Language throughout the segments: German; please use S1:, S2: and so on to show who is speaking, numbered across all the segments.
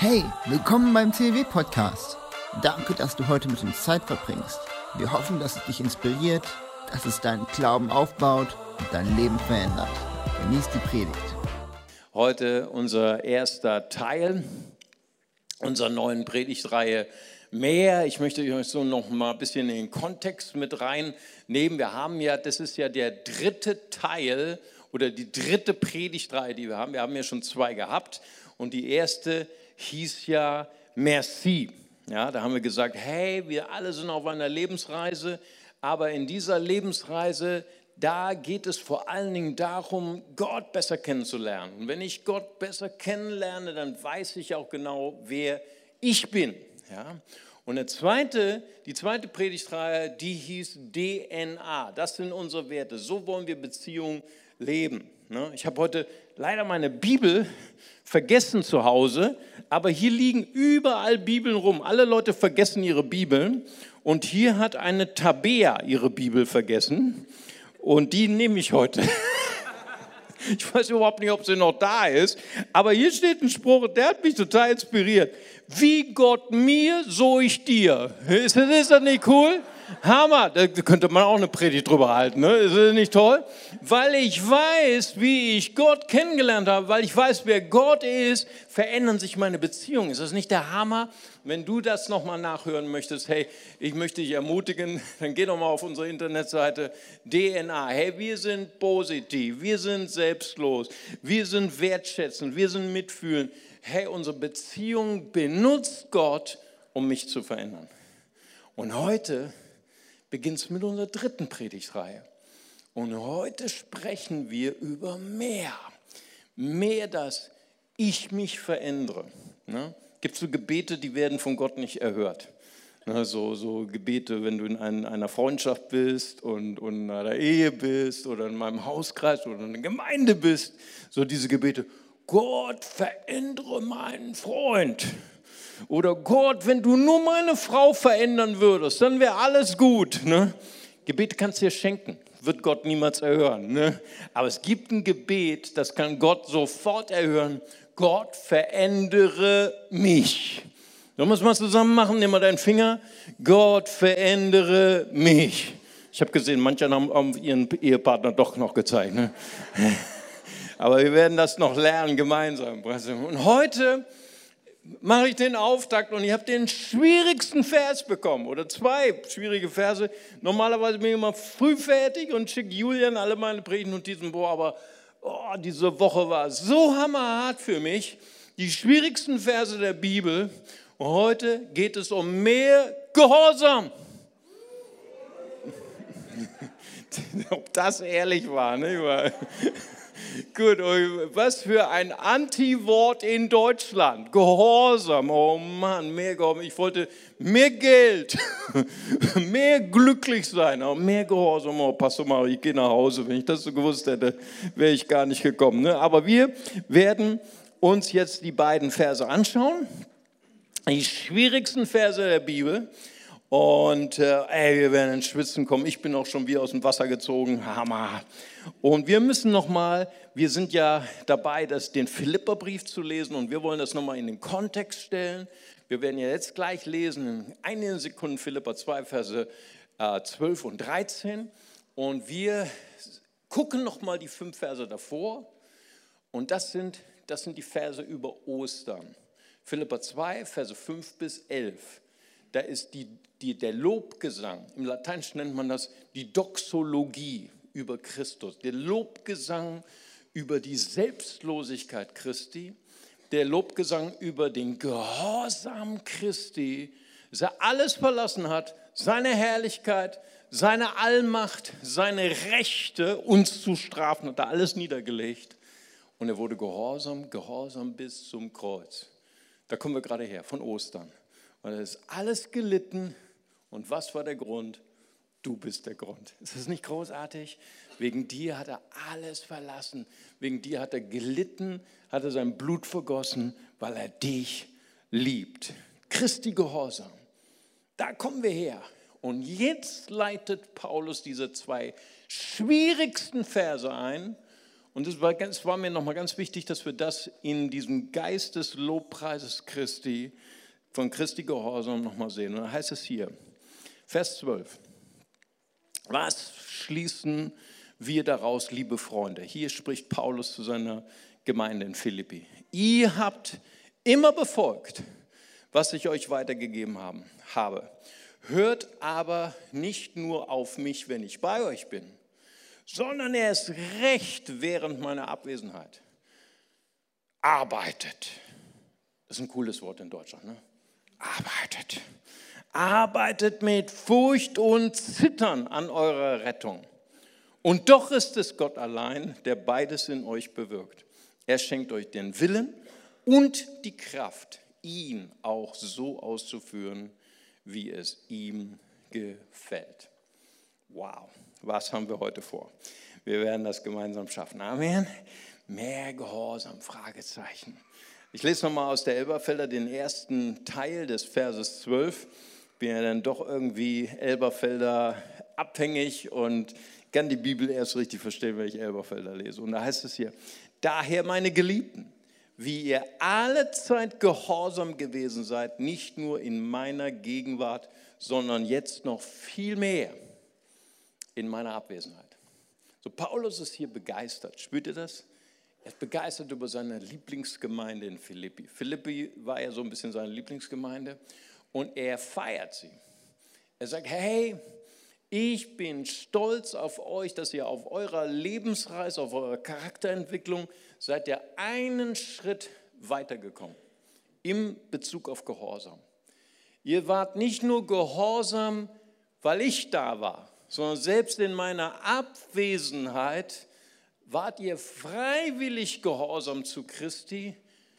S1: Hey, willkommen beim CEW-Podcast. Danke, dass du heute mit uns Zeit verbringst. Wir hoffen, dass es dich inspiriert, dass es deinen Glauben aufbaut und dein Leben verändert. Genieß die Predigt.
S2: Heute unser erster Teil unserer neuen Predigtreihe Mehr. Ich möchte euch so noch mal ein bisschen in den Kontext mit reinnehmen. Das ist ja der dritte Teil oder die dritte Predigtreihe, die wir haben. Wir haben ja schon 2 gehabt und die erste hieß ja Merci. Ja, da haben wir gesagt, hey, wir alle sind auf einer Lebensreise, aber in dieser Lebensreise, da geht es vor allen Dingen darum, Gott besser kennenzulernen. Und wenn ich Gott besser kennenlerne, dann weiß ich auch genau, wer ich bin. Ja? Und die zweite Predigtreihe, die hieß DNA. Das sind unsere Werte. So wollen wir Beziehungen leben. Ich habe heute leider meine Bibel vergessen zu Hause, aber hier liegen überall Bibeln rum. Alle Leute vergessen ihre Bibeln und hier hat eine Tabea ihre Bibel vergessen und die nehme ich heute. Ich weiß überhaupt nicht, ob sie noch da ist, aber hier steht ein Spruch, der hat mich total inspiriert. Wie Gott mir, so ich dir. Ist das nicht cool? Hammer, da könnte man auch eine Predigt drüber halten, ne? Ist das nicht toll? Weil ich weiß, wie ich Gott kennengelernt habe, weil ich weiß, wer Gott ist, verändern sich meine Beziehungen. Ist das nicht der Hammer? Wenn du das nochmal nachhören möchtest, hey, ich möchte dich ermutigen, dann geh doch mal auf unsere Internetseite DNA. Hey, wir sind positiv, wir sind selbstlos, wir sind wertschätzend, wir sind mitfühlend. Hey, unsere Beziehung benutzt Gott, um mich zu verändern. Und heute beginnt es mit unserer dritten Predigtreihe. Und heute sprechen wir über mehr. Mehr, dass ich mich verändere. Gibt es so Gebete, die werden von Gott nicht erhört. So Gebete, wenn du in einer Freundschaft bist und in einer Ehe bist oder in meinem Hauskreis oder in der Gemeinde bist. So diese Gebete, Gott, verändere meinen Freund. Oder Gott, wenn du nur meine Frau verändern würdest, dann wäre alles gut. Ne? Gebete kannst du dir schenken, wird Gott niemals erhören. Ne? Aber es gibt ein Gebet, das kann Gott sofort erhören. Gott, verändere mich. Sollen wir es mal zusammen machen? Nimm mal deinen Finger. Gott, verändere mich. Ich habe gesehen, manche haben ihren Ehepartner doch noch gezeigt. Ne? Aber wir werden das noch lernen gemeinsam. Und heute mache ich den Auftakt und ich habe den schwierigsten Vers bekommen oder 2 schwierige Verse. Normalerweise bin ich immer früh fertig und schicke Julian alle meine Predigtnotizen. Aber diese Woche war so hammerhart für mich. Die schwierigsten Verse der Bibel. Und heute geht es um mehr Gehorsam. Ob das ehrlich war, ne? Gut, was für ein Anti-Wort in Deutschland. Gehorsam, oh Mann, mehr Gehorsam. Ich wollte mehr Geld, mehr glücklich sein, aber mehr Gehorsam. Oh, Pastor Mario, ich gehe nach Hause. Wenn ich das so gewusst hätte, wäre ich gar nicht gekommen. Ne? Aber wir werden uns jetzt die beiden Verse anschauen. Die schwierigsten Verse der Bibel. Und wir werden ins Schwitzen kommen. Ich bin auch schon wieder aus dem Wasser gezogen. Hammer. Und wir müssen nochmal, wir sind ja dabei, den Philipperbrief zu lesen. Und wir wollen das nochmal in den Kontext stellen. Wir werden ja jetzt gleich lesen, in einigen Sekunden Philipper 2, Verse 12 und 13. Und wir gucken nochmal die 5 Verse davor. Und das sind die Verse über Ostern. Philipper 2, Verse 5 bis 11. Da ist der Lobgesang, im Lateinischen nennt man das die Doxologie über Christus, der Lobgesang über die Selbstlosigkeit Christi, der Lobgesang über den Gehorsam Christi, dass er alles verlassen hat, seine Herrlichkeit, seine Allmacht, seine Rechte, uns zu strafen, hat er alles niedergelegt und er wurde gehorsam bis zum Kreuz. Da kommen wir gerade her, von Ostern. Und er ist alles gelitten. Und was war der Grund? Du bist der Grund. Ist das nicht großartig? Wegen dir hat er alles verlassen. Wegen dir hat er gelitten, hat er sein Blut vergossen, weil er dich liebt. Christi Gehorsam. Da kommen wir her. Und jetzt leitet Paulus diese 2 schwierigsten Verse ein Und es war mir nochmal ganz wichtig, dass wir das in diesem Geist des Lobpreises Christi, von Christi Gehorsam nochmal sehen. Und da heißt es hier, Vers 12. Was schließen wir daraus, liebe Freunde? Hier spricht Paulus zu seiner Gemeinde in Philippi. Ihr habt immer befolgt, was ich euch weitergegeben habe. Hört aber nicht nur auf mich, wenn ich bei euch bin, sondern erst recht während meiner Abwesenheit. Arbeitet. Das ist ein cooles Wort in Deutschland, ne? Arbeitet. Arbeitet mit Furcht und Zittern an eurer Rettung. Und doch ist es Gott allein, der beides in euch bewirkt. Er schenkt euch den Willen und die Kraft, ihn auch so auszuführen, wie es ihm gefällt. Wow, was haben wir heute vor? Wir werden das gemeinsam schaffen. Amen. Mehr Gehorsam, Fragezeichen. Ich lese nochmal aus der Elberfelder den ersten Teil des Verses 12. Bin ja dann doch irgendwie Elberfelder abhängig und kann die Bibel erst richtig verstehen, wenn ich Elberfelder lese. Und da heißt es hier, daher meine Geliebten, wie ihr alle Zeit gehorsam gewesen seid, nicht nur in meiner Gegenwart, sondern jetzt noch viel mehr in meiner Abwesenheit. So, Paulus ist hier begeistert. Spürt ihr das? Er ist begeistert über seine Lieblingsgemeinde in Philippi. Philippi war ja so ein bisschen seine Lieblingsgemeinde und er feiert sie. Er sagt, hey, ich bin stolz auf euch, dass ihr auf eurer Lebensreise, auf eurer Charakterentwicklung seid ihr einen Schritt weitergekommen im Bezug auf Gehorsam. Ihr wart nicht nur gehorsam, weil ich da war, sondern selbst in meiner Abwesenheit wart ihr freiwillig gehorsam zu Christus,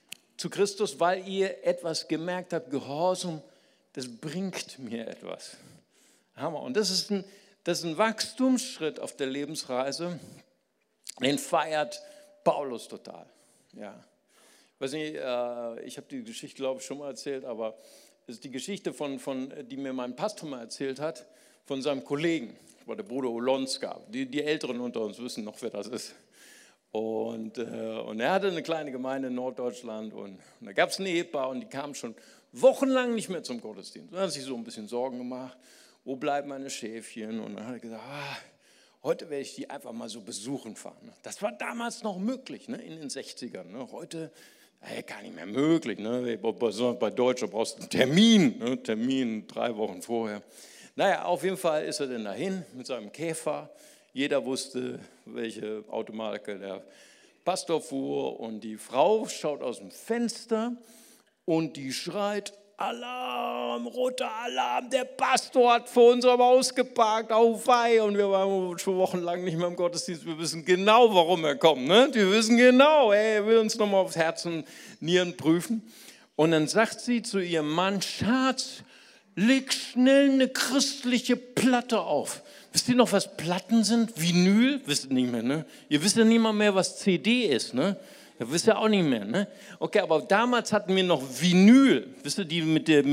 S2: weil ihr etwas gemerkt habt, Gehorsam, das bringt mir etwas. Hammer. Und das ist ein Wachstumsschritt auf der Lebensreise, den feiert Paulus total. Ja. Ich weiß nicht, ich habe die Geschichte, glaube ich, schon mal erzählt, aber es ist die Geschichte, die mir mein Pastor mal erzählt hat, von seinem Kollegen, das war der Bruder Olonska. Die Älteren unter uns wissen noch, wer das ist. Und er hatte eine kleine Gemeinde in Norddeutschland und da gab es ein Ehepaar und die kamen schon wochenlang nicht mehr zum Gottesdienst. Und er hat sich so ein bisschen Sorgen gemacht, wo bleiben meine Schäfchen? Und dann hat er gesagt, heute werde ich die einfach mal so besuchen fahren. Das war damals noch möglich, ne, in den 60ern. Ne? Heute gar nicht mehr möglich. Ne? Bei Deutscher brauchst du einen Termin, ne? Termin 3 Wochen vorher. Naja, auf jeden Fall ist er dann dahin mit seinem Käfer. Jeder wusste, welche Automarke der Pastor fuhr. Und die Frau schaut aus dem Fenster und die schreit, Alarm, roter Alarm, der Pastor hat vor unserem Haus geparkt, auf Weih. Und wir waren schon wochenlang nicht mehr im Gottesdienst. Wir wissen genau, warum er kommt. Ne? Wir wissen genau, er will uns nochmal aufs Herz und Nieren prüfen. Und dann sagt sie zu ihrem Mann, Schatz, leg schnell eine christliche Platte auf. Wisst ihr noch, was Platten sind? Vinyl? Wisst ihr nicht mehr, ne? Ihr wisst ja nicht mal mehr, was CD ist, ne? Das wisst ihr auch nicht mehr, ne? Okay, aber damals hatten wir noch Vinyl. Wisst ihr, die mit der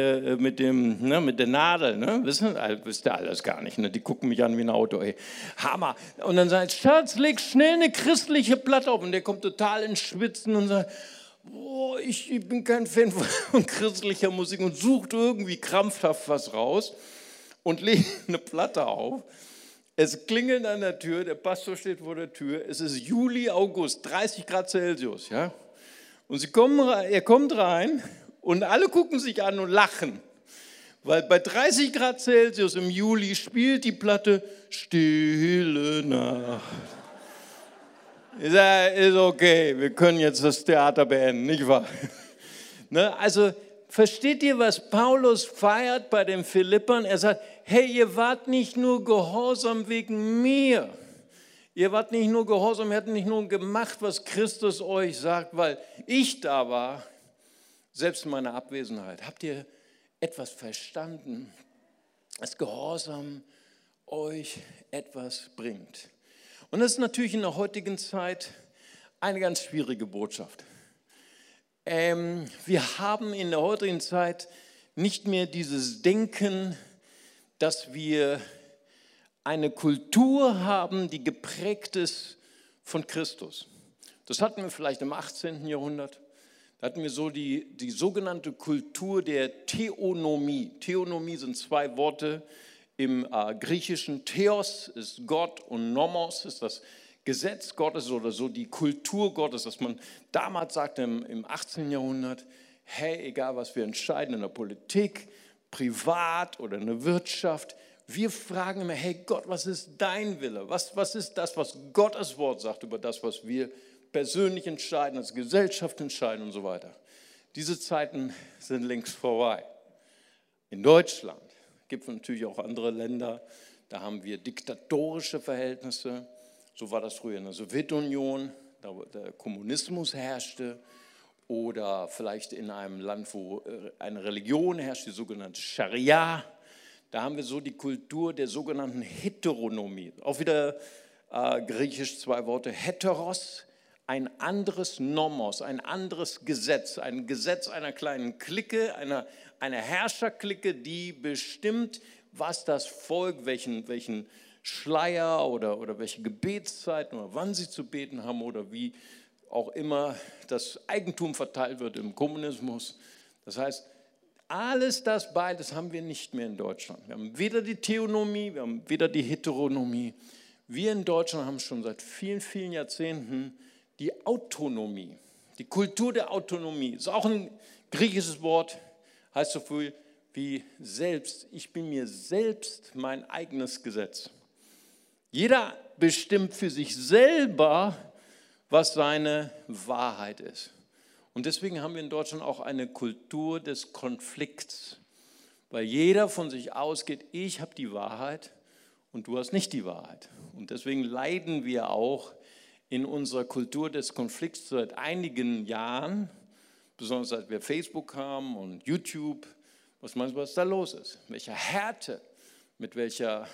S2: Nadel, ne? Wisst ihr alles gar nicht, ne? Die gucken mich an wie ein Auto, ey. Hammer. Und dann sagt Schatz, leg schnell eine christliche Platte auf. Und der kommt total ins Schwitzen und sagt, boah, ich bin kein Fan von christlicher Musik und sucht irgendwie krampfhaft was raus und legt eine Platte auf. Es klingelt an der Tür, der Pastor steht vor der Tür, es ist Juli, August, 30 Grad Celsius, ja. Und er kommt rein und alle gucken sich an und lachen, weil bei 30 Grad Celsius im Juli spielt die Platte Stille Nacht. Ich sage, ist okay, wir können jetzt das Theater beenden, nicht wahr? Ne? Also versteht ihr, was Paulus feiert bei den Philippern? Er sagt, hey, ihr wart nicht nur gehorsam wegen mir. Ihr wart nicht nur gehorsam, ihr habt nicht nur gemacht, was Christus euch sagt, weil ich da war, selbst in meiner Abwesenheit. Habt ihr etwas verstanden, dass Gehorsam euch etwas bringt? Und das ist natürlich in der heutigen Zeit eine ganz schwierige Botschaft. Wir haben in der heutigen Zeit nicht mehr dieses Denken, dass wir eine Kultur haben, die geprägt ist von Christus. Das hatten wir vielleicht im 18. Jahrhundert. Da hatten wir so die sogenannte Kultur der Theonomie. Theonomie sind zwei Worte im Griechischen. Theos ist Gott und Nomos ist das Gesetz Gottes oder so die Kultur Gottes, dass man damals sagte im 18. Jahrhundert, hey, egal was wir entscheiden in der Politik, privat oder in der Wirtschaft, wir fragen immer, hey Gott, was ist dein Wille? Was ist das, was Gottes Wort sagt über das, was wir persönlich entscheiden, als Gesellschaft entscheiden und so weiter. Diese Zeiten sind längst vorbei. In Deutschland gibt es natürlich auch andere Länder, da haben wir diktatorische Verhältnisse. So war das früher in der Sowjetunion, da der Kommunismus herrschte. Oder vielleicht in einem Land, wo eine Religion herrscht, die sogenannte Scharia. Da haben wir so die Kultur der sogenannten Heteronomie. Auch wieder griechisch zwei Worte, heteros, ein anderes Nomos, ein anderes Gesetz, ein Gesetz einer kleinen Clique, einer Herrscherclique, die bestimmt, was das Volk, welchen Schleier oder welche Gebetszeiten oder wann sie zu beten haben oder wie auch immer das Eigentum verteilt wird im Kommunismus. Das heißt, beides haben wir nicht mehr in Deutschland. Wir haben weder die Theonomie, wir haben weder die Heteronomie. Wir in Deutschland haben schon seit vielen, vielen Jahrzehnten die Autonomie, die Kultur der Autonomie. Ist auch ein griechisches Wort, heißt so viel wie selbst. Ich bin mir selbst mein eigenes Gesetz. Jeder bestimmt für sich selber, was seine Wahrheit ist. Und deswegen haben wir in Deutschland auch eine Kultur des Konflikts, weil jeder von sich ausgeht, ich habe die Wahrheit und du hast nicht die Wahrheit. Und deswegen leiden wir auch in unserer Kultur des Konflikts seit einigen Jahren, besonders seit wir Facebook haben und YouTube. Was meinst du, was da los ist? Welcher Härte, mit welcher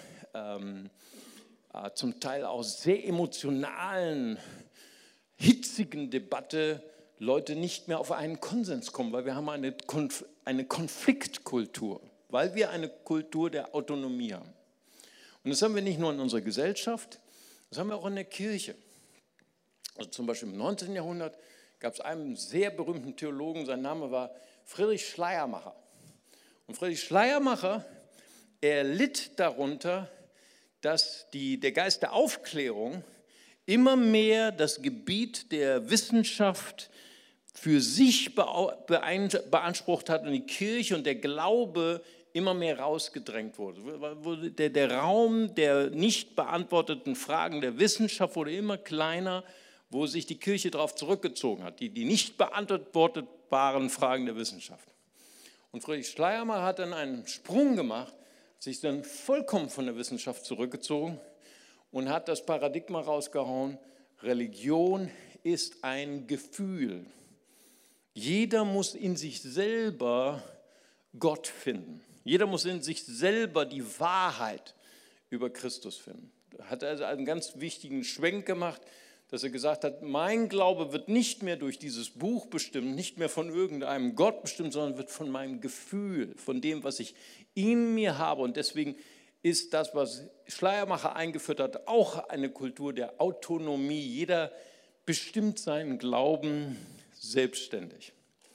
S2: zum Teil auch sehr emotionalen, hitzigen Debatte Leute nicht mehr auf einen Konsens kommen, weil wir haben eine Konfliktkultur, weil wir eine Kultur der Autonomie haben. Und das haben wir nicht nur in unserer Gesellschaft, das haben wir auch in der Kirche. Also zum Beispiel im 19. Jahrhundert gab es einen sehr berühmten Theologen, sein Name war Friedrich Schleiermacher. Und Friedrich Schleiermacher, er litt darunter, dass der Geist der Aufklärung immer mehr das Gebiet der Wissenschaft für sich beansprucht hat und die Kirche und der Glaube immer mehr rausgedrängt wurde. Der Raum der nicht beantworteten Fragen der Wissenschaft wurde immer kleiner, wo sich die Kirche darauf zurückgezogen hat, die nicht beantwortbaren Fragen der Wissenschaft. Und Friedrich Schleiermacher hat dann einen Sprung gemacht, sich dann vollkommen von der Wissenschaft zurückgezogen und hat das Paradigma rausgehauen, Religion ist ein Gefühl. Jeder muss in sich selber Gott finden. Jeder muss in sich selber die Wahrheit über Christus finden. Da hat er also einen ganz wichtigen Schwenk gemacht, dass er gesagt hat, mein Glaube wird nicht mehr durch dieses Buch bestimmt, nicht mehr von irgendeinem Gott bestimmt, sondern wird von meinem Gefühl, von dem, was ich in mir habe. Und deswegen ist das, was Schleiermacher eingeführt hat, auch eine Kultur der Autonomie. Jeder bestimmt seinen Glauben selbstständig.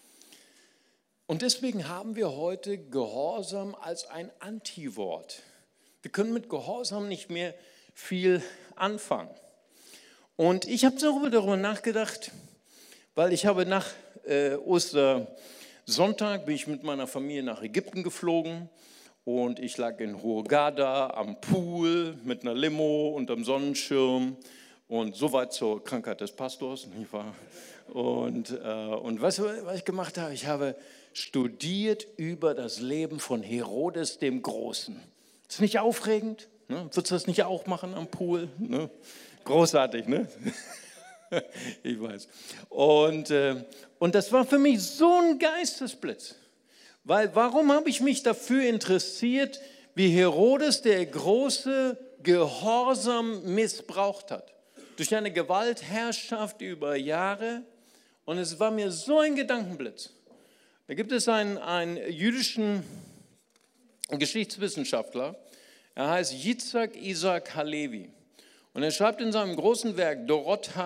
S2: Und deswegen haben wir heute Gehorsam als ein Antiwort. Wir können mit Gehorsam nicht mehr viel anfangen. Und ich habe darüber nachgedacht, weil ich habe nach Ostersonntag bin ich mit meiner Familie nach Ägypten geflogen und ich lag in Hurghada am Pool mit einer Limo unterm Sonnenschirm und soweit zur Krankheit des Pastors, nicht wahr? Und weißt du, was ich gemacht habe? Ich habe studiert über das Leben von Herodes dem Großen. Ist nicht aufregend? Ne? Würdest du das nicht auch machen am Pool? Ne? Großartig, ne? Ich weiß. Und das war für mich so ein Geistesblitz. Weil warum habe ich mich dafür interessiert, wie Herodes der Große Gehorsam missbraucht hat? Durch eine Gewaltherrschaft über Jahre. Und es war mir so ein Gedankenblitz. Da gibt es einen jüdischen Geschichtswissenschaftler, er heißt Yitzhak Isaac Halevi. Und er schreibt in seinem großen Werk Dorot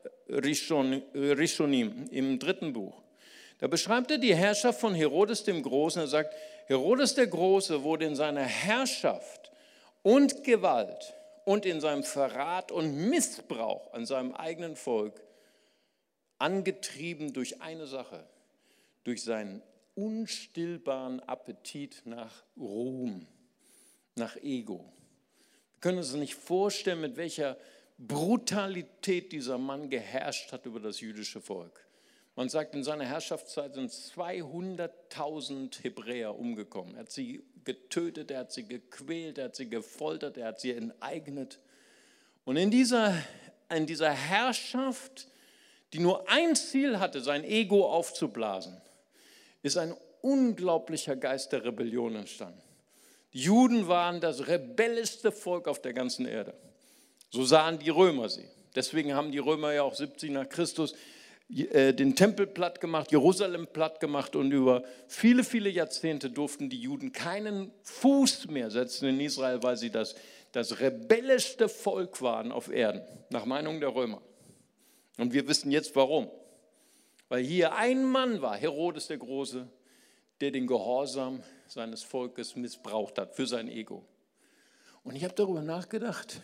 S2: HaRishonim im 3. Buch, da beschreibt er die Herrschaft von Herodes dem Großen. Er sagt, Herodes der Große wurde in seiner Herrschaft und Gewalt und in seinem Verrat und Missbrauch an seinem eigenen Volk angetrieben durch eine Sache, durch seinen unstillbaren Appetit nach Ruhm, nach Ego. Wir können uns nicht vorstellen, mit welcher Brutalität dieser Mann geherrscht hat über das jüdische Volk. Man sagt, in seiner Herrschaftszeit sind 200.000 Hebräer umgekommen. Er hat sie getötet, er hat sie gequält, er hat sie gefoltert, er hat sie enteignet. Und in dieser Herrschaft, die nur ein Ziel hatte, sein Ego aufzublasen, ist ein unglaublicher Geist der Rebellion entstanden. Die Juden waren das rebellischste Volk auf der ganzen Erde. So sahen die Römer sie. Deswegen haben die Römer ja auch 70 nach Christus den Tempel platt gemacht, Jerusalem platt gemacht und über viele, viele Jahrzehnte durften die Juden keinen Fuß mehr setzen in Israel, weil sie das rebellischste Volk waren auf Erden, nach Meinung der Römer. Und wir wissen jetzt warum. Weil hier ein Mann war, Herodes der Große, der den Gehorsam seines Volkes missbraucht hat für sein Ego. Und ich habe darüber nachgedacht,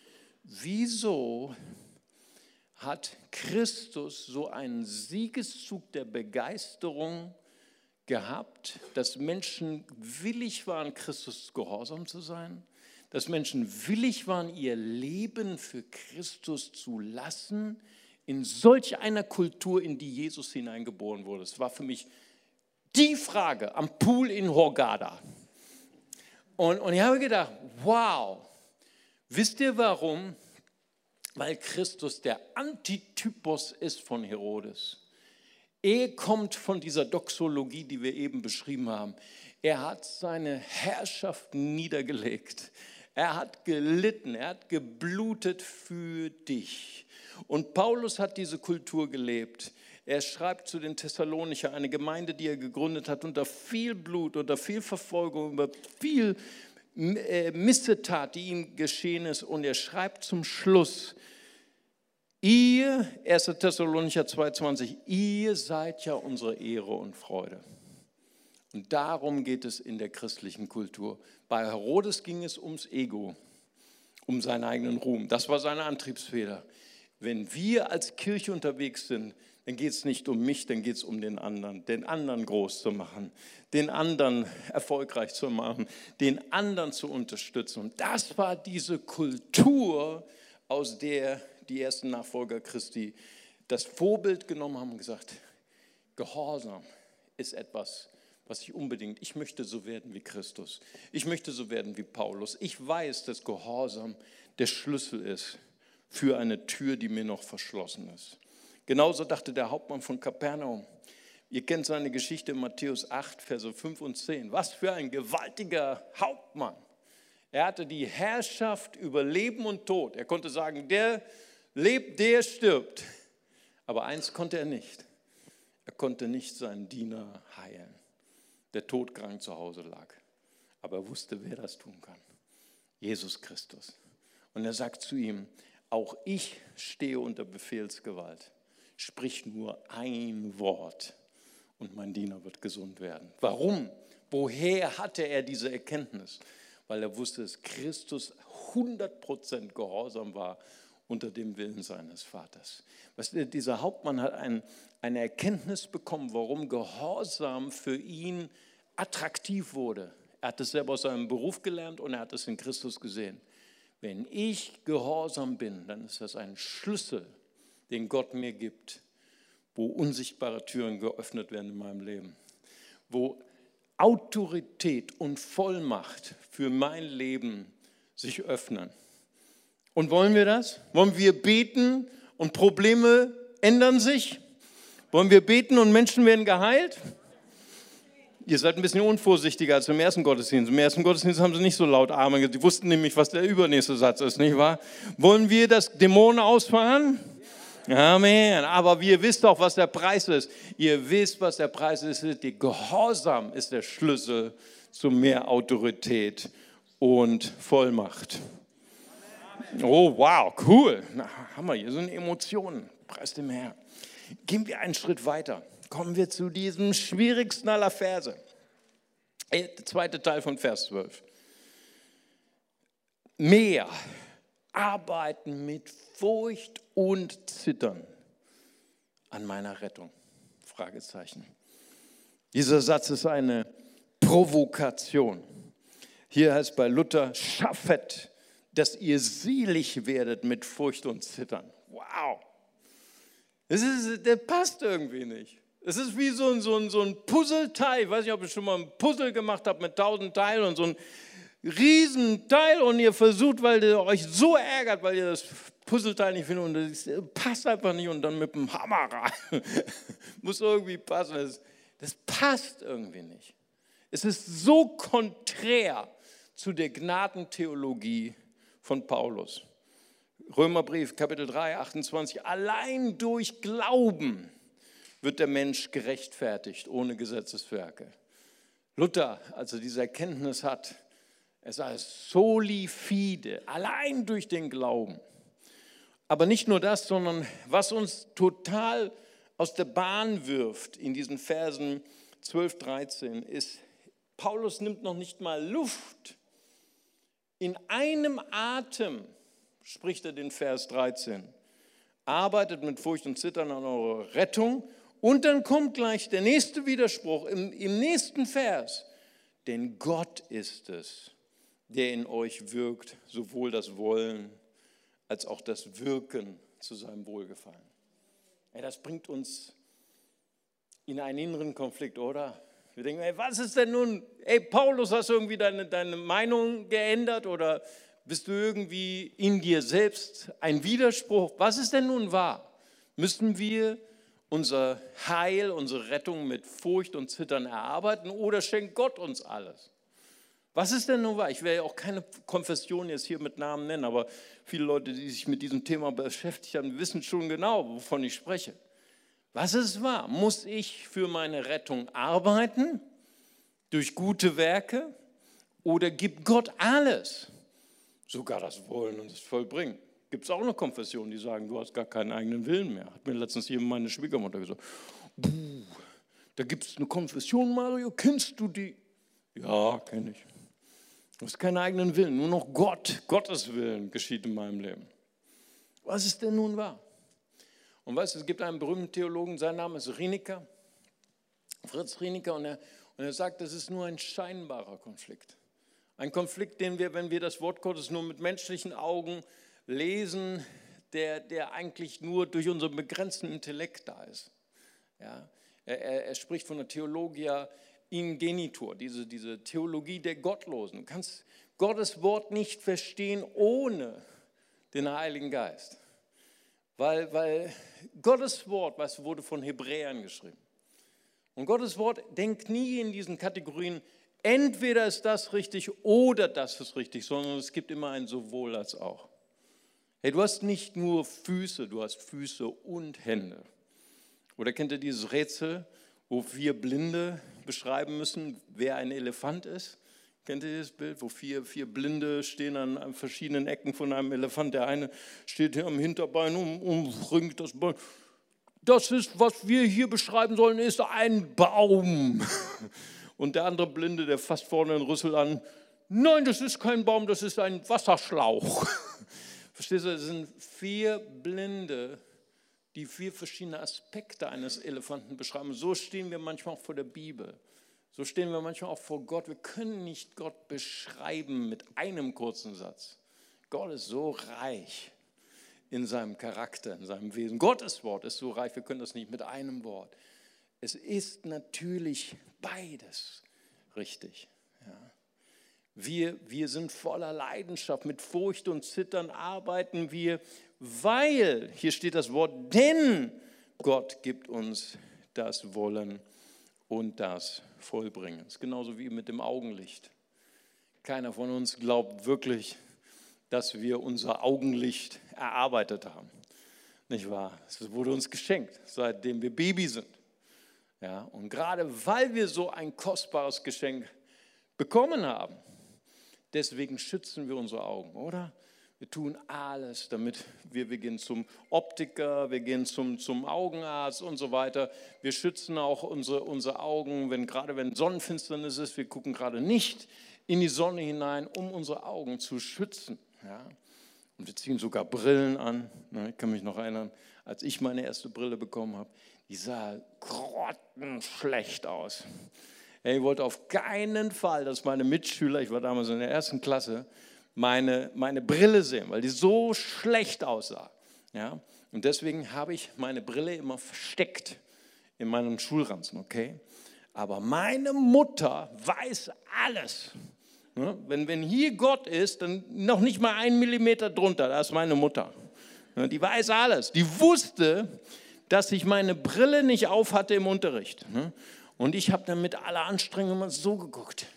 S2: wieso hat Christus so einen Siegeszug der Begeisterung gehabt, dass Menschen willig waren, Christus gehorsam zu sein, dass Menschen willig waren, ihr Leben für Christus zu lassen, in solch einer Kultur, in die Jesus hineingeboren wurde. Das war für mich die Frage am Pool in Hurghada. Und ich habe gedacht, wow, wisst ihr warum? Weil Christus der Antitypus ist von Herodes. Er kommt von dieser Doxologie, die wir eben beschrieben haben. Er hat seine Herrschaft niedergelegt. Er hat gelitten, er hat geblutet für dich. Und Paulus hat diese Kultur gelebt. Er schreibt zu den Thessalonicher, eine Gemeinde, die er gegründet hat, unter viel Blut, unter viel Verfolgung, über viel Missetat, die ihm geschehen ist. Und er schreibt zum Schluss, ihr, 1. Thessalonicher 2,20, ihr seid ja unsere Ehre und Freude. Und darum geht es in der christlichen Kultur. Bei Herodes ging es ums Ego, um seinen eigenen Ruhm. Das war seine Antriebsfeder. Wenn wir als Kirche unterwegs sind, dann geht es nicht um mich, dann geht es um den anderen groß zu machen, den anderen erfolgreich zu machen, den anderen zu unterstützen. Und das war diese Kultur, aus der die ersten Nachfolger Christi das Vorbild genommen haben und gesagt, Gehorsam ist etwas, was ich möchte so werden wie Christus. Ich möchte so werden wie Paulus. Ich weiß, dass Gehorsam der Schlüssel ist für eine Tür, die mir noch verschlossen ist. Genauso dachte der Hauptmann von Kapernaum. Ihr kennt seine Geschichte in Matthäus 8, Verse 5 und 10. Was für ein gewaltiger Hauptmann. Er hatte die Herrschaft über Leben und Tod. Er konnte sagen, der lebt, der stirbt. Aber eins konnte er nicht. Er konnte nicht seinen Diener heilen, der todkrank zu Hause lag. Aber er wusste, wer das tun kann. Jesus Christus. Und er sagt zu ihm, auch ich stehe unter Befehlsgewalt. Sprich nur ein Wort und mein Diener wird gesund werden. Warum? Woher hatte er diese Erkenntnis? Weil er wusste, dass Christus 100% gehorsam war unter dem Willen seines Vaters. Dieser Hauptmann hat eine Erkenntnis bekommen, warum Gehorsam für ihn attraktiv wurde. Er hat es selber aus seinem Beruf gelernt und er hat es in Christus gesehen. Wenn ich gehorsam bin, dann ist das ein Schlüssel, den Gott mir gibt, wo unsichtbare Türen geöffnet werden in meinem Leben, wo Autorität und Vollmacht für mein Leben sich öffnen. Und wollen wir das? Wollen wir beten und Probleme ändern sich? Wollen wir beten und Menschen werden geheilt? Ihr seid ein bisschen unvorsichtiger als im ersten Gottesdienst. Im ersten Gottesdienst haben sie nicht so laut Amen gesagt. Die wussten nämlich, was der übernächste Satz ist, nicht wahr? Wollen wir das Dämonen ausfahren? Amen. Aber ihr wisst auch, was der Preis ist. Ihr wisst, was der Preis ist. Der Gehorsam ist der Schlüssel zu mehr Autorität und Vollmacht. Oh, wow, cool. Na, Hammer, hier sind Emotionen. Preis dem Herrn. Gehen wir einen Schritt weiter. Kommen wir zu diesem schwierigsten aller Verse. Der zweite Teil von Vers 12. Mehr arbeiten mit Furcht und Zittern an meiner Rettung. Fragezeichen. Dieser Satz ist eine Provokation. Hier heißt bei Luther, schaffet, dass ihr selig werdet mit Furcht und Zittern. Wow. Der passt irgendwie nicht. Es ist wie so ein Puzzleteil. Ich weiß nicht, ob ihr schon mal ein Puzzle gemacht habt mit 1000 Teilen und so ein Riesenteil und ihr versucht, weil ihr euch so ärgert, weil ihr das Puzzleteil nicht findet und das passt einfach nicht und dann mit dem Hammer rein. Muss irgendwie passen. Das passt irgendwie nicht. Es ist so konträr zu der Gnadentheologie von Paulus. Römerbrief, Kapitel 3, 28. Allein durch Glauben wird der Mensch gerechtfertigt, ohne Gesetzeswerke. Luther, als er diese Erkenntnis hat, es heißt soli fide, allein durch den Glauben. Aber nicht nur das, sondern was uns total aus der Bahn wirft in diesen Versen 12, 13, ist, Paulus nimmt noch nicht mal Luft. In einem Atem spricht er den Vers 13. Arbeitet mit Furcht und Zittern an eurer Rettung. Und dann kommt gleich der nächste Widerspruch im nächsten Vers. Denn Gott ist es, der in euch wirkt, sowohl das Wollen als auch das Wirken zu seinem Wohlgefallen. Das bringt uns in einen inneren Konflikt, oder? Wir denken, was ist denn nun, Paulus, hast du irgendwie deine Meinung geändert oder bist du irgendwie in dir selbst ein Widerspruch? Was ist denn nun wahr? Müssen wir unser Heil, unsere Rettung mit Furcht und Zittern erarbeiten oder schenkt Gott uns alles? Was ist denn nun wahr? Ich werde ja auch keine Konfession jetzt hier mit Namen nennen, aber viele Leute, die sich mit diesem Thema beschäftigt haben, wissen schon genau, wovon ich spreche. Was ist wahr? Muss ich für meine Rettung arbeiten, durch gute Werke, oder gibt Gott alles, sogar das Wollen und das Vollbringen? Gibt es auch eine Konfession, die sagen, du hast gar keinen eigenen Willen mehr. Hat mir letztens hier meine Schwiegermutter gesagt, da gibt es eine Konfession, Mario, kennst du die? Ja, kenne ich. Du hast keinen eigenen Willen, nur noch Gottes Willen geschieht in meinem Leben. Was ist denn nun wahr? Und weißt du, es gibt einen berühmten Theologen, sein Name ist Rieniker, Fritz Rieniker, und er sagt, das ist nur ein scheinbarer Konflikt. Ein Konflikt, den wir, wenn wir das Wort Gottes nur mit menschlichen Augen lesen, der eigentlich nur durch unseren begrenzten Intellekt da ist. Ja? Er spricht von der Theologia Ingenitur, diese Theologie der Gottlosen. Du kannst Gottes Wort nicht verstehen ohne den Heiligen Geist. Weil Gottes Wort, weißt du, wurde von Hebräern geschrieben. Und Gottes Wort denkt nie in diesen Kategorien, entweder ist das richtig oder das ist richtig, sondern es gibt immer ein sowohl als auch. Hey, du hast nicht nur Füße, du hast Füße und Hände. Oder kennt ihr dieses Rätsel, wo 4 Blinde beschreiben müssen, wer ein Elefant ist? Kennt ihr dieses Bild, wo vier Blinde stehen an verschiedenen Ecken von einem Elefant? Der eine steht hier am Hinterbein und bringt das Bein. Das ist, was wir hier beschreiben sollen, ist ein Baum. Und der andere Blinde, der fasst vorne den Rüssel an. Nein, das ist kein Baum, das ist ein Wasserschlauch. Verstehst du, das sind 4 Blinde, die 4 verschiedene Aspekte eines Elefanten beschreiben. So stehen wir manchmal auch vor der Bibel. So stehen wir manchmal auch vor Gott. Wir können nicht Gott beschreiben mit einem kurzen Satz. Gott ist so reich in seinem Charakter, in seinem Wesen. Gottes Wort ist so reich, wir können das nicht mit einem Wort. Es ist natürlich beides richtig. Ja. Wir sind voller Leidenschaft, mit Furcht und Zittern arbeiten wir, weil, hier steht das Wort, denn Gott gibt uns das Wollen und das Vollbringen. Das ist genauso wie mit dem Augenlicht. Keiner von uns glaubt wirklich, dass wir unser Augenlicht erarbeitet haben. Nicht wahr? Es wurde uns geschenkt, seitdem wir Baby sind. Ja, und gerade weil wir so ein kostbares Geschenk bekommen haben, deswegen schützen wir unsere Augen, oder? Wir tun alles, damit wir gehen zum Optiker, wir gehen zum Augenarzt und so weiter. Wir schützen auch unsere Augen, gerade wenn Sonnenfinsternis ist. Wir gucken gerade nicht in die Sonne hinein, um unsere Augen zu schützen. Ja? Und wir ziehen sogar Brillen an. Ich kann mich noch erinnern, als ich meine erste Brille bekommen habe, die sah grottenschlecht aus. Ich wollte auf keinen Fall, dass meine Mitschüler, ich war damals in der 1. Klasse, meine Brille sehen, weil die so schlecht aussah. Ja? Und deswegen habe ich meine Brille immer versteckt in meinem Schulranzen, okay? Aber meine Mutter weiß alles. Ja? Wenn hier Gott ist, dann noch nicht mal 1 Millimeter drunter, da ist meine Mutter. Ja, die weiß alles. Die wusste, dass ich meine Brille nicht auf hatte im Unterricht. Ne? Und ich habe dann mit aller Anstrengung immer so geguckt.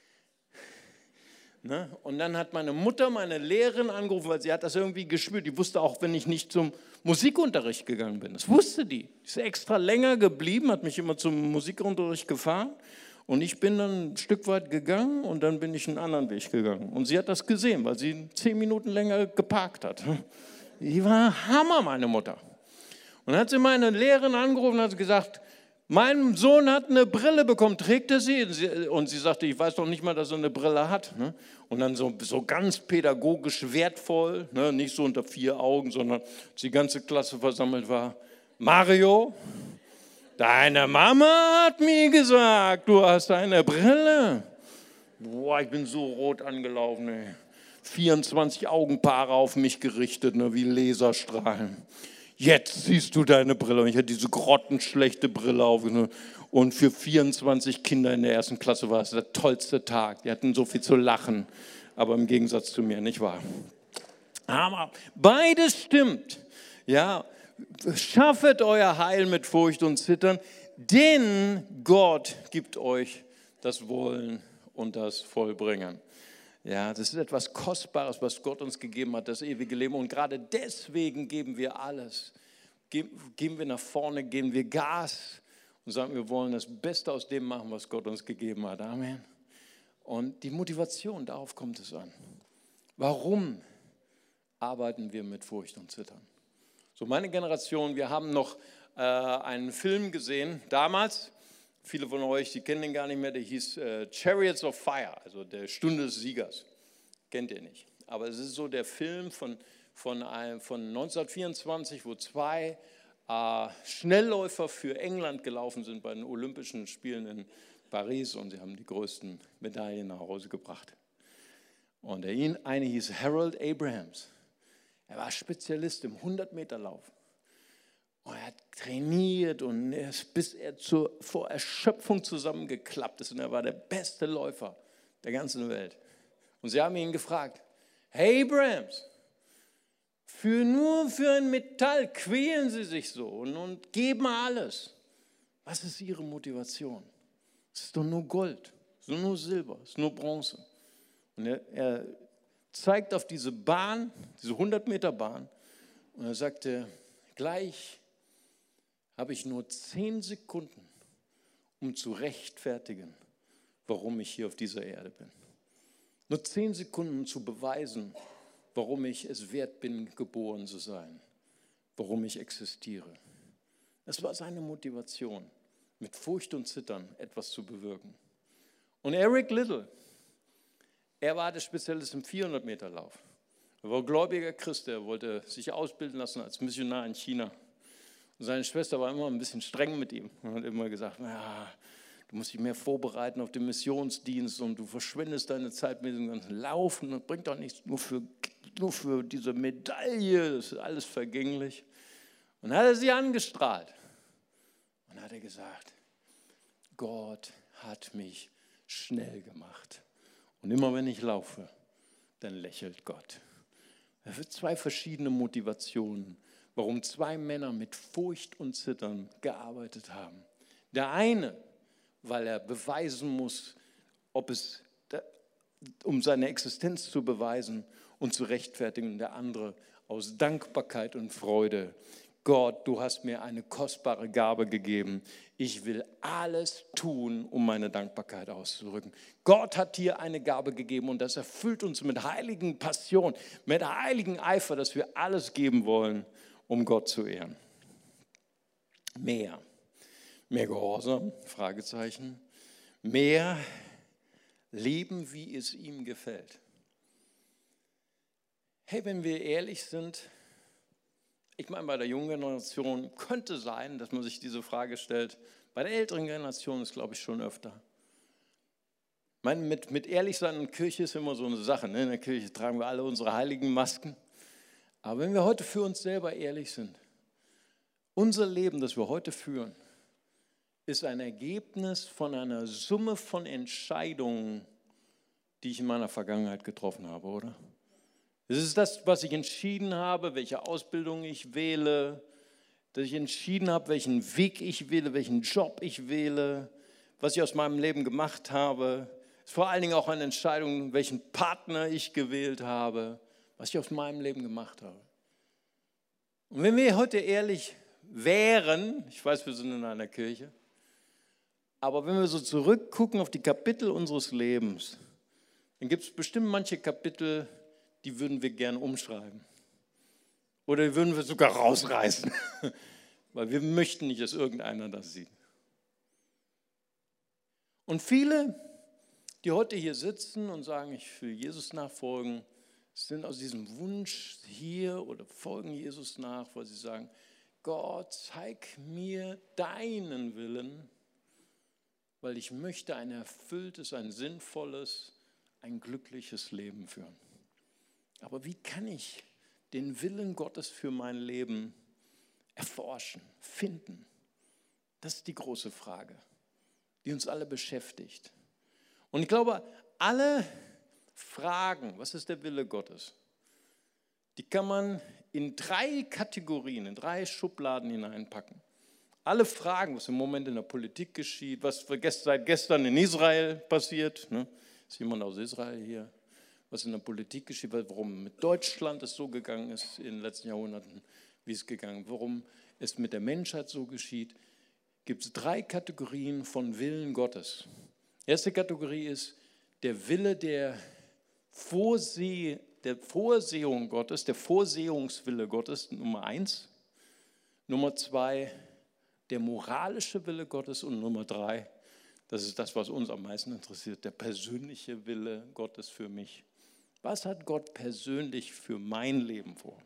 S2: Ne? Und dann hat meine Mutter meine Lehrerin angerufen, weil sie hat das irgendwie gespürt. Die wusste auch, wenn ich nicht zum Musikunterricht gegangen bin. Das wusste die. Die ist extra länger geblieben, hat mich immer zum Musikunterricht gefahren. Und ich bin dann ein Stück weit gegangen und dann bin ich einen anderen Weg gegangen. Und sie hat das gesehen, weil sie 10 Minuten länger geparkt hat. Die war Hammer, meine Mutter. Und dann hat sie meine Lehrerin angerufen und hat gesagt, mein Sohn hat eine Brille bekommen, trägt er sie? Und sie sagte, ich weiß doch nicht mal, dass er eine Brille hat. Und dann so ganz pädagogisch wertvoll, nicht so unter 4 Augen, sondern als die ganze Klasse versammelt war. Mario, deine Mama hat mir gesagt, du hast eine Brille. Boah, ich bin so rot angelaufen. Ey. 24 Augenpaare auf mich gerichtet, wie Laserstrahlen. Jetzt siehst du deine Brille. Und ich hatte diese grottenschlechte Brille aufgenommen. Und für 24 Kinder in der 1. Klasse war es der tollste Tag. Die hatten so viel zu lachen. Aber im Gegensatz zu mir, nicht wahr? Aber beides stimmt. Ja, schaffet euer Heil mit Furcht und Zittern, denn Gott gibt euch das Wollen und das Vollbringen. Ja, das ist etwas Kostbares, was Gott uns gegeben hat, das ewige Leben. Und gerade deswegen geben wir alles. Gehen wir nach vorne, geben wir Gas und sagen, wir wollen das Beste aus dem machen, was Gott uns gegeben hat. Amen. Und die Motivation, darauf kommt es an. Warum arbeiten wir mit Furcht und Zittern? So, meine Generation, wir haben noch einen Film gesehen, damals. Viele von euch, die kennen den gar nicht mehr, der hieß Chariots of Fire, also der Stunde des Siegers. Kennt ihr nicht. Aber es ist so der Film von 1924, wo 2 Schnellläufer für England gelaufen sind bei den Olympischen Spielen in Paris und sie haben die größten Medaillen nach Hause gebracht. Und der eine hieß Harold Abrahams. Er war Spezialist im 100-Meter-Lauf. Und er hat trainiert und bis er vor Erschöpfung zusammengeklappt ist. Und er war der beste Läufer der ganzen Welt. Und sie haben ihn gefragt, hey Abrahams, nur für ein Metall quälen Sie sich so und geben alles. Was ist Ihre Motivation? Es ist doch nur Gold, es ist nur Silber, es ist nur Bronze. Und er zeigt auf diese Bahn, diese 100-Meter-Bahn und er sagte, gleich habe ich nur 10 Sekunden, um zu rechtfertigen, warum ich hier auf dieser Erde bin. Nur 10 Sekunden, um zu beweisen, warum ich es wert bin, geboren zu sein, warum ich existiere. Das war seine Motivation, mit Furcht und Zittern etwas zu bewirken. Und Eric Liddell, er war der Spezialist im 400-Meter-Lauf. Er war gläubiger Christ, er wollte sich ausbilden lassen als Missionar in China. Und seine Schwester war immer ein bisschen streng mit ihm und hat immer gesagt, ja, du musst dich mehr vorbereiten auf den Missionsdienst und du verschwendest deine Zeit mit dem ganzen Laufen. Das bringt doch nichts, nur für diese Medaille, das ist alles vergänglich. Und dann hat er sie angestrahlt und hat er gesagt, Gott hat mich schnell gemacht. Und immer wenn ich laufe, dann lächelt Gott. Es sind 2 verschiedene Motivationen, warum 2 Männer mit Furcht und Zittern gearbeitet haben. Der eine, weil er beweisen muss, um seine Existenz zu beweisen und zu rechtfertigen. Und der andere aus Dankbarkeit und Freude Gott, du hast mir eine kostbare Gabe gegeben. Ich will alles tun, um meine Dankbarkeit auszudrücken. Gott hat dir eine Gabe gegeben und das erfüllt uns mit heiligen Passion, mit heiligen Eifer, dass wir alles geben wollen, um Gott zu ehren. Mehr Gehorsam, Fragezeichen, mehr leben, wie es ihm gefällt. Hey, wenn wir ehrlich sind, ich meine, bei der jungen Generation könnte sein, dass man sich diese Frage stellt. Bei der älteren Generation ist, glaube ich, schon öfter. Ich meine, mit ehrlich sein in der Kirche ist immer so eine Sache. Ne? In der Kirche tragen wir alle unsere heiligen Masken. Aber wenn wir heute für uns selber ehrlich sind, unser Leben, das wir heute führen, ist ein Ergebnis von einer Summe von Entscheidungen, die ich in meiner Vergangenheit getroffen habe, oder? Es ist das, was ich entschieden habe, welche Ausbildung ich wähle, dass ich entschieden habe, welchen Weg ich wähle, welchen Job ich wähle, was ich aus meinem Leben gemacht habe. Es ist vor allen Dingen auch eine Entscheidung, welchen Partner ich gewählt habe, was ich aus meinem Leben gemacht habe. Und wenn wir heute ehrlich wären, ich weiß, wir sind in einer Kirche, aber wenn wir so zurückgucken auf die Kapitel unseres Lebens, dann gibt es bestimmt manche Kapitel, die würden wir gern umschreiben. Oder die würden wir sogar rausreißen, weil wir möchten nicht, dass irgendeiner das sieht. Und viele, die heute hier sitzen und sagen, ich will Jesus nachfolgen, sind aus diesem Wunsch hier oder folgen Jesus nach, weil sie sagen, Gott, zeig mir deinen Willen, weil ich möchte ein erfülltes, ein sinnvolles, ein glückliches Leben führen. Aber wie kann ich den Willen Gottes für mein Leben erforschen, finden? Das ist die große Frage, die uns alle beschäftigt. Und ich glaube, alle Fragen, was ist der Wille Gottes, die kann man in 3 Kategorien, in 3 Schubladen hineinpacken. Alle Fragen, was im Moment in der Politik geschieht, was seit gestern in Israel passiert, ne? Ist jemand aus Israel hier? Was in der Politik geschieht, warum mit Deutschland es so gegangen ist in den letzten Jahrhunderten, wie es gegangen ist, warum es mit der Menschheit so geschieht, gibt es 3 Kategorien von Willen Gottes. Die erste Kategorie ist der Wille der Vorsehung Gottes, der Vorsehungswille Gottes, Nummer 1. Nummer 2, der moralische Wille Gottes und Nummer 3, das ist das, was uns am meisten interessiert, der persönliche Wille Gottes für mich. Was hat Gott persönlich für mein Leben vor?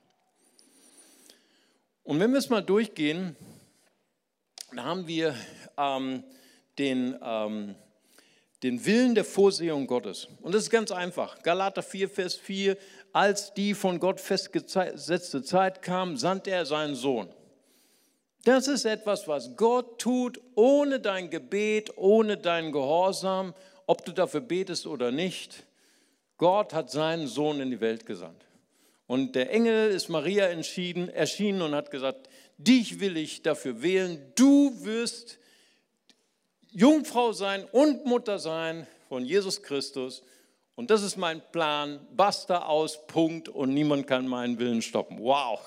S2: Und wenn wir es mal durchgehen, dann haben wir den Willen der Vorsehung Gottes. Und das ist ganz einfach. Galater 4, Vers 4, als die von Gott festgesetzte Zeit kam, sandte er seinen Sohn. Das ist etwas, was Gott tut, ohne dein Gebet, ohne deinen Gehorsam, ob du dafür betest oder nicht. Gott hat seinen Sohn in die Welt gesandt. Und der Engel ist Maria erschienen und hat gesagt, dich will ich dafür wählen. Du wirst Jungfrau sein und Mutter sein von Jesus Christus. Und das ist mein Plan. Basta, aus, Punkt. Und niemand kann meinen Willen stoppen. Wow.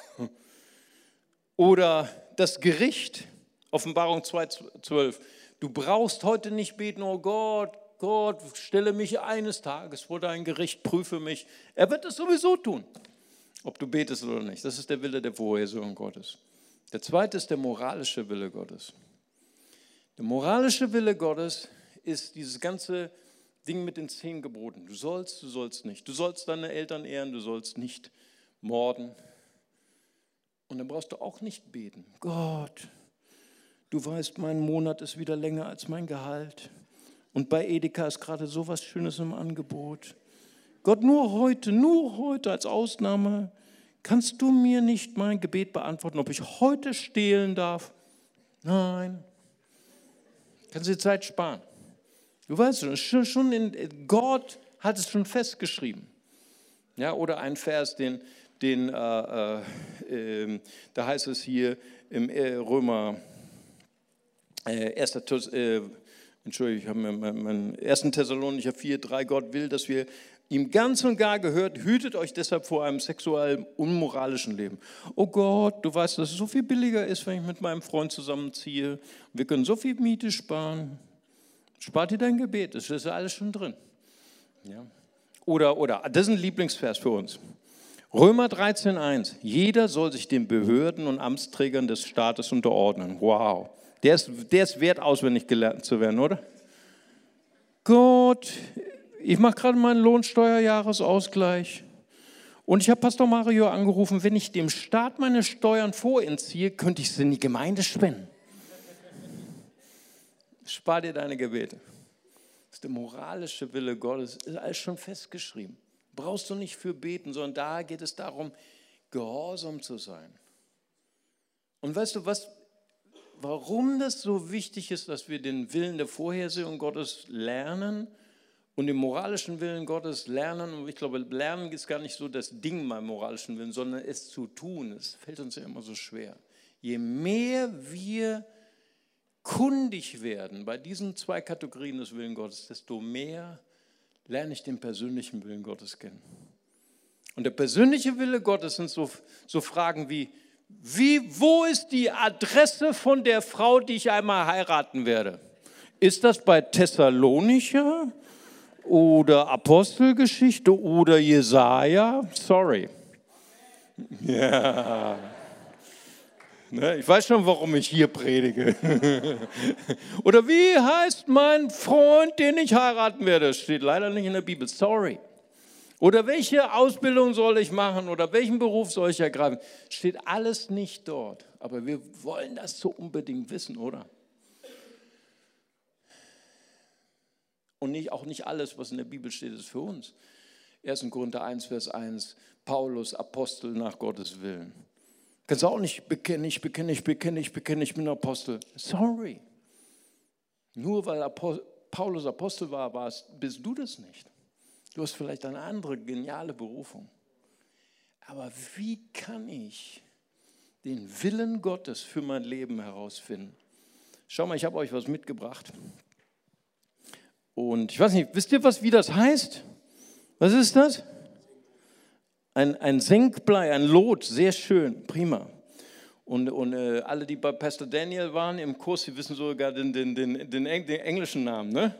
S2: Oder das Gericht, Offenbarung 2,12. Du brauchst heute nicht beten, oh Gott, Gott, stelle mich eines Tages vor dein Gericht, prüfe mich. Er wird es sowieso tun, ob du betest oder nicht. Das ist der Wille der Vorsehung Gottes. Der zweite ist der moralische Wille Gottes. Der moralische Wille Gottes ist dieses ganze Ding mit den 10 Geboten. Du sollst nicht. Du sollst deine Eltern ehren, du sollst nicht morden. Und dann brauchst du auch nicht beten. Gott, du weißt, mein Monat ist wieder länger als mein Gehalt. Und bei Edeka ist gerade so was Schönes im Angebot. Gott, nur heute als Ausnahme, kannst du mir nicht mein Gebet beantworten, ob ich heute stehlen darf? Nein. Kannst du die Zeit sparen. Du weißt schon, Gott hat es schon festgeschrieben. Ja, oder ein Vers, da heißt es hier im Römer, 1. Thessalonicher 4,3, Gott will, dass wir ihm ganz und gar gehört, hütet euch deshalb vor einem sexuell unmoralischen Leben. Oh Gott, du weißt, dass es so viel billiger ist, wenn ich mit meinem Freund zusammenziehe. Wir können so viel Miete sparen. Spart dir dein Gebet, das ist ja alles schon drin. Ja. Oder, das ist ein Lieblingsvers für uns. Römer 13,1. Jeder soll sich den Behörden und Amtsträgern des Staates unterordnen. Wow. Der ist wert, auswendig gelernt zu werden, oder? Gott, ich mache gerade meinen Lohnsteuerjahresausgleich und ich habe Pastor Mario angerufen, wenn ich dem Staat meine Steuern vorentziehe, könnte ich sie in die Gemeinde spenden. Spar dir deine Gebete. Das ist der moralische Wille Gottes, ist alles schon festgeschrieben. Brauchst du nicht für beten, sondern da geht es darum, gehorsam zu sein. Und weißt du was, warum das so wichtig ist, dass wir den Willen der Vorhersehung Gottes lernen und den moralischen Willen Gottes lernen? Und ich glaube, lernen ist gar nicht so das Ding beim moralischen Willen, sondern es zu tun. Es fällt uns ja immer so schwer. Je mehr wir kundig werden bei diesen zwei Kategorien des Willens Gottes, desto mehr lerne ich den persönlichen Willen Gottes kennen. Und der persönliche Wille Gottes sind so Fragen wie, wo ist die Adresse von der Frau, die ich einmal heiraten werde? Ist das bei Thessalonicher oder Apostelgeschichte oder Jesaja? Sorry. Ja. Ich weiß schon, warum ich hier predige. Oder wie heißt mein Freund, den ich heiraten werde? Das steht leider nicht in der Bibel. Sorry. Oder welche Ausbildung soll ich machen oder welchen Beruf soll ich ergreifen? Steht alles nicht dort. Aber wir wollen das so unbedingt wissen, oder? Und auch nicht alles, was in der Bibel steht, ist für uns. 1. Korinther 1, Vers 1, Paulus, Apostel nach Gottes Willen. Kannst du auch nicht bekennen, ich bin Apostel. Sorry. Nur weil Paulus Apostel war, bist du das nicht. Du hast vielleicht eine andere geniale Berufung. Aber wie kann ich den Willen Gottes für mein Leben herausfinden? Schau mal, ich habe euch was mitgebracht. Und ich weiß nicht, wisst ihr, wie das heißt? Was ist das? Ein Senkblei, ein Lot, sehr schön, prima. Und alle, die bei Pastor Daniel waren im Kurs, die wissen sogar den englischen Namen, ne?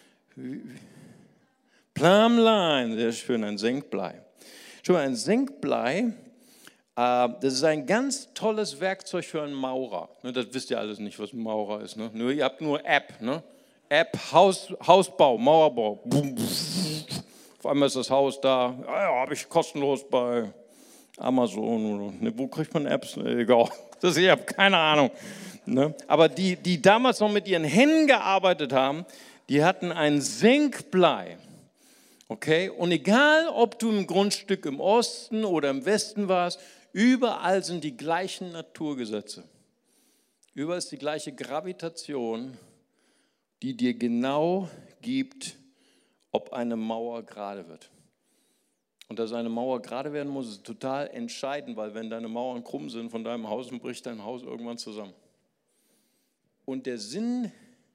S2: Plumline, sehr schön, ein Senkblei. Schon mal, ein Senkblei, das ist ein ganz tolles Werkzeug für einen Maurer. Das wisst ihr alles nicht, was ein Maurer ist. Ne? Ihr habt nur App, ne? App, Hausbau, Mauerbau. Auf einmal ist das Haus da, ja, habe ich kostenlos bei Amazon. Oder, wo kriegt man Apps? Egal, ich habe keine Ahnung. Ne? Aber die damals noch mit ihren Händen gearbeitet haben, die hatten ein Senkblei. Okay? Und egal, ob du im Grundstück im Osten oder im Westen warst, überall sind die gleichen Naturgesetze. Überall ist die gleiche Gravitation, die dir genau gibt, ob eine Mauer gerade wird. Und dass eine Mauer gerade werden muss, ist total entscheidend, weil wenn deine Mauern krumm sind von deinem Haus, dann bricht dein Haus irgendwann zusammen. Und der Sinn,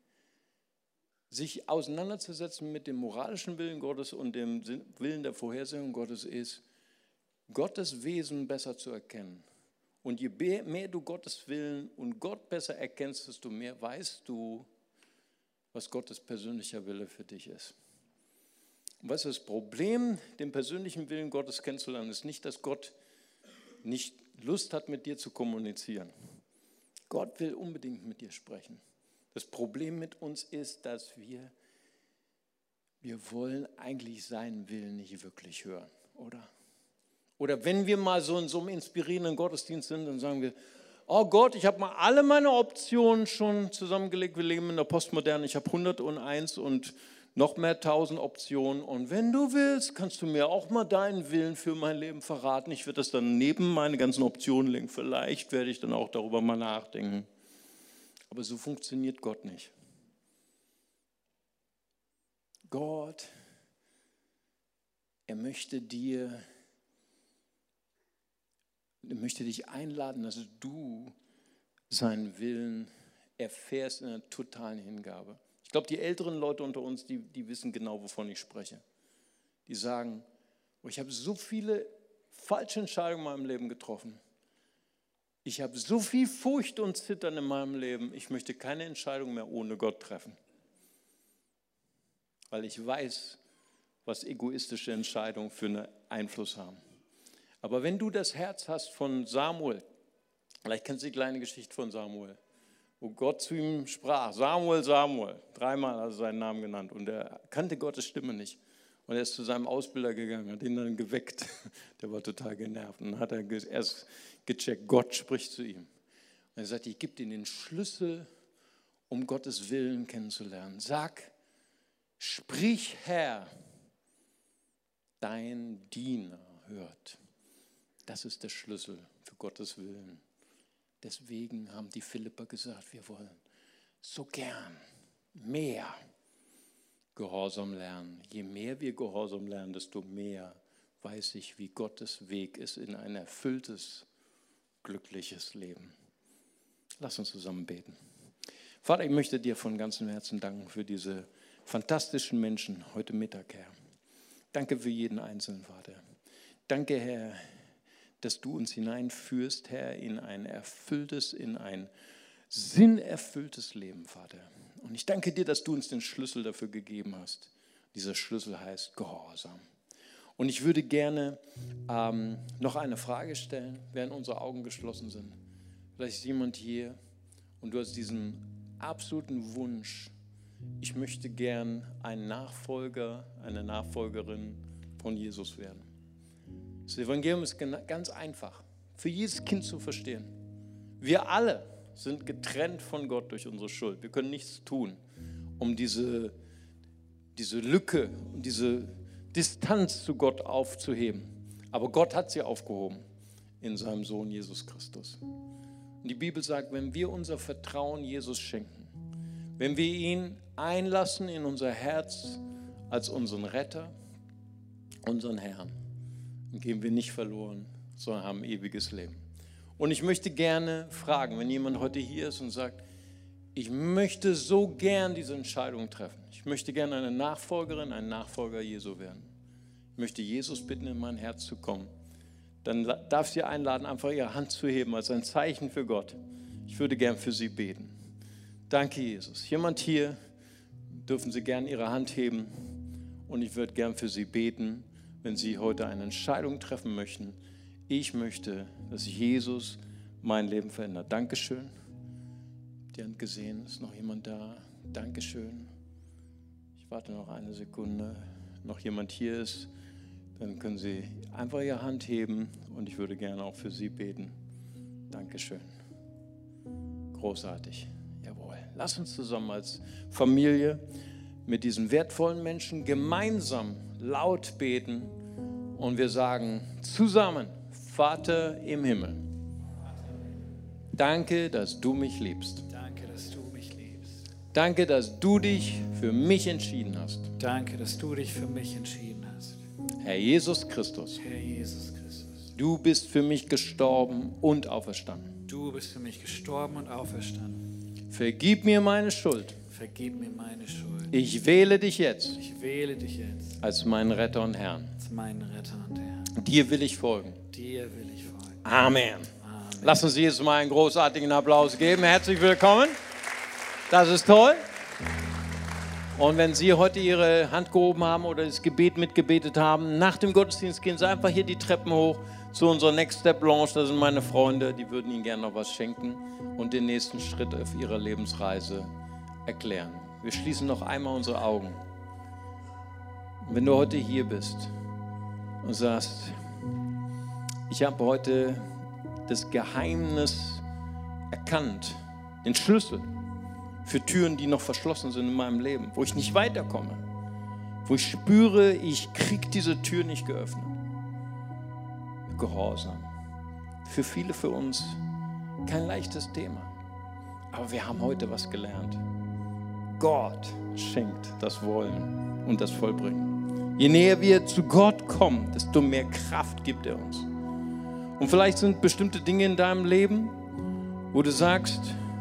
S2: sich auseinanderzusetzen mit dem moralischen Willen Gottes und dem Willen der Vorhersehung Gottes ist, Gottes Wesen besser zu erkennen. Und je mehr du Gottes Willen und Gott besser erkennst, desto mehr weißt du, was Gottes persönlicher Wille für dich ist. Und weißt du, das Problem, den persönlichen Willen Gottes kennenzulernen, ist nicht, dass Gott nicht Lust hat, mit dir zu kommunizieren. Gott will unbedingt mit dir sprechen. Das Problem mit uns ist, dass wir wollen eigentlich seinen Willen nicht wirklich hören, oder? Oder wenn wir mal so in so einem inspirierenden Gottesdienst sind, dann sagen wir, oh Gott, ich habe mal alle meine Optionen schon zusammengelegt, wir leben in der Postmoderne, ich habe 101 und noch mehr 1000 Optionen und wenn du willst, kannst du mir auch mal deinen Willen für mein Leben verraten. Ich werde das dann neben meine ganzen Optionen legen, vielleicht werde ich dann auch darüber mal nachdenken. Aber so funktioniert Gott nicht. Gott, er möchte dich einladen, dass du seinen Willen erfährst in einer totalen Hingabe. Ich glaube, die älteren Leute unter uns, die wissen genau, wovon ich spreche. die sagen, oh, ich habe so viele falsche Entscheidungen in meinem Leben getroffen. Ich habe so viel Furcht und Zittern in meinem Leben, ich möchte keine Entscheidung mehr ohne Gott treffen. Weil ich weiß, was egoistische Entscheidungen für einen Einfluss haben. Aber wenn du das Herz hast von Samuel, vielleicht kennst du die kleine Geschichte von Samuel, wo Gott zu ihm sprach, Samuel, Samuel, 3-mal hat er seinen Namen genannt und er kannte Gottes Stimme nicht. Und er ist zu seinem Ausbilder gegangen, hat ihn dann geweckt. Der war total genervt. Und dann hat er erst gecheckt, Gott spricht zu ihm. Und er sagt, ich gebe dir den Schlüssel, um Gottes Willen kennenzulernen. Sag, sprich Herr, dein Diener hört. Das ist der Schlüssel für Gottes Willen. Deswegen haben die Philipper gesagt, wir wollen so gern mehr Gehorsam lernen. Je mehr wir Gehorsam lernen, desto mehr weiß ich, wie Gottes Weg ist in ein erfülltes, glückliches Leben. Lass uns zusammen beten. Vater, ich möchte dir von ganzem Herzen danken für diese fantastischen Menschen heute Mittag, Herr. Danke für jeden Einzelnen, Vater. Danke, Herr, dass du uns hineinführst, Herr, in ein erfülltes, in ein sinnerfülltes Leben, Vater. Und ich danke dir, dass du uns den Schlüssel dafür gegeben hast. Dieser Schlüssel heißt Gehorsam. Und ich würde gerne noch eine Frage stellen, während unsere Augen geschlossen sind. Vielleicht ist jemand hier und du hast diesen absoluten Wunsch, ich möchte gern ein Nachfolger, eine Nachfolgerin von Jesus werden. Das Evangelium ist ganz einfach, für jedes Kind zu verstehen. Wir alle sind getrennt von Gott durch unsere Schuld. Wir können nichts tun, um diese Lücke und diese Distanz zu Gott aufzuheben. Aber Gott hat sie aufgehoben in seinem Sohn Jesus Christus. Und die Bibel sagt, wenn wir unser Vertrauen Jesus schenken, wenn wir ihn einlassen in unser Herz als unseren Retter, unseren Herrn, dann gehen wir nicht verloren, sondern haben ewiges Leben. Und ich möchte gerne fragen, wenn jemand heute hier ist und sagt, ich möchte so gern diese Entscheidung treffen. Ich möchte gerne eine Nachfolgerin, ein Nachfolger Jesu werden. Ich möchte Jesus bitten, in mein Herz zu kommen. Dann darf ich Sie einladen, einfach Ihre Hand zu heben als ein Zeichen für Gott. Ich würde gern für Sie beten. Danke, Jesus. Jemand hier, dürfen Sie gern Ihre Hand heben und ich würde gern für Sie beten, wenn Sie heute eine Entscheidung treffen möchten. Ich möchte, dass Jesus mein Leben verändert. Dankeschön. Die Hand gesehen, ist noch jemand da? Dankeschön. Ich warte noch eine Sekunde. Noch jemand hier ist, dann können Sie einfach Ihre Hand heben und ich würde gerne auch für Sie beten. Dankeschön. Großartig. Jawohl. Lass uns zusammen als Familie mit diesen wertvollen Menschen gemeinsam laut beten und wir sagen zusammen, Vater im Himmel, danke, dass du mich liebst.
S3: Danke, dass du mich liebst.
S2: Danke, dass du dich für mich entschieden hast.
S3: Danke, dass du dich für mich entschieden hast.
S2: Herr Jesus Christus,
S3: Herr Jesus Christus,
S2: du bist für mich gestorben und auferstanden.
S3: du bist für mich gestorben und auferstanden.
S2: Vergib mir meine Schuld.
S3: Vergib mir meine Schuld.
S2: Ich wähle dich jetzt
S3: Ich wähle dich jetzt
S2: als meinen Retter und Herrn.
S3: als meinen Retter und Herrn.
S2: Dir will ich folgen.
S3: Dir will ich folgen.
S2: Amen.
S3: Amen.
S2: Lass uns Jesus mal einen großartigen Applaus geben. Herzlich willkommen. Das ist toll. Und wenn Sie heute Ihre Hand gehoben haben oder das Gebet mitgebetet haben, nach dem Gottesdienst gehen Sie einfach hier die Treppen hoch zu unserer Next Step Lounge. Das sind meine Freunde, die würden Ihnen gerne noch was schenken und den nächsten Schritt auf Ihrer Lebensreise erklären. Wir schließen noch einmal unsere Augen. Und wenn du heute hier bist und sagst, ich habe heute das Geheimnis erkannt, den Schlüssel für Türen, die noch verschlossen sind in meinem Leben, wo ich nicht weiterkomme, wo ich spüre, ich kriege diese Tür nicht geöffnet. Gehorsam. Für viele von uns kein leichtes Thema, aber wir haben heute was gelernt. Gott schenkt das Wollen und das Vollbringen. Je näher wir zu Gott kommen, desto mehr Kraft gibt er uns. Und vielleicht sind bestimmte Dinge in deinem Leben, wo du sagst,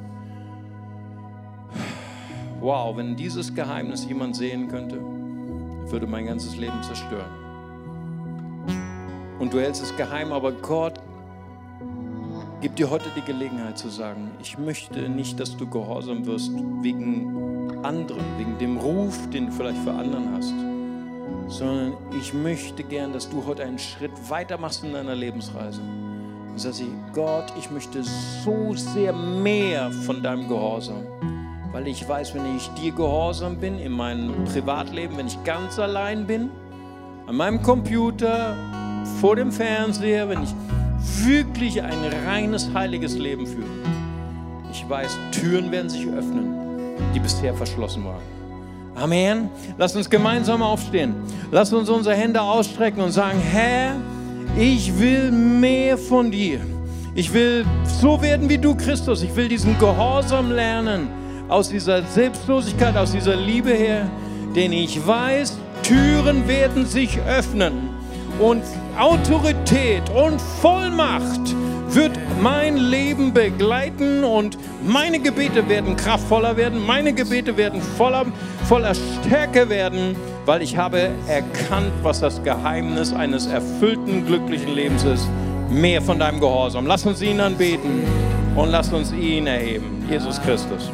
S2: wow, wenn dieses Geheimnis jemand sehen könnte, würde mein ganzes Leben zerstören. Und du hältst es geheim, aber Gott gibt dir heute die Gelegenheit zu sagen, ich möchte nicht, dass du gehorsam wirst wegen anderen, wegen dem Ruf, den du vielleicht für anderen hast, sondern ich möchte gern, dass du heute einen Schritt weiter machst in deiner Lebensreise. Und sagst, Gott, ich möchte so sehr mehr von deinem Gehorsam, weil ich weiß, wenn ich dir gehorsam bin in meinem Privatleben, wenn ich ganz allein bin, an meinem Computer, vor dem Fernseher, wenn ich wirklich ein reines, heiliges Leben führe, ich weiß, Türen werden sich öffnen, die bisher verschlossen waren. Amen. Lass uns gemeinsam aufstehen. Lass uns unsere Hände ausstrecken und sagen, Herr, ich will mehr von dir. Ich will so werden wie du, Christus. Ich will diesen Gehorsam lernen, aus dieser Selbstlosigkeit, aus dieser Liebe her, denn ich weiß, Türen werden sich öffnen und Autorität und Vollmacht wird mein Leben begleiten und meine Gebete werden kraftvoller werden, meine Gebete werden voller Stärke werden, weil ich habe erkannt, was das Geheimnis eines erfüllten, glücklichen Lebens ist. Mehr von deinem Gehorsam. Lass uns ihn anbeten und lass uns ihn erheben. Jesus Christus.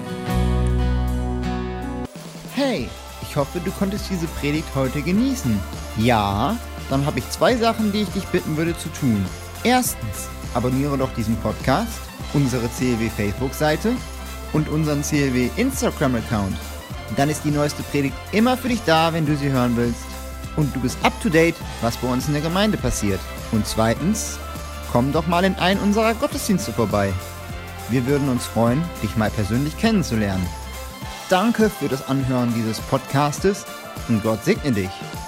S1: Hey, ich hoffe, du konntest diese Predigt heute genießen. Ja, dann habe ich 2 Sachen, die ich dich bitten würde zu tun. Erstens, abonniere doch diesen Podcast, unsere CLW Facebook-Seite und unseren CLW Instagram-Account. Dann ist die neueste Predigt immer für dich da, wenn du sie hören willst. Und du bist up to date, was bei uns in der Gemeinde passiert. Und zweitens, komm doch mal in einen unserer Gottesdienste vorbei. Wir würden uns freuen, dich mal persönlich kennenzulernen. Danke für das Anhören dieses Podcastes und Gott segne dich.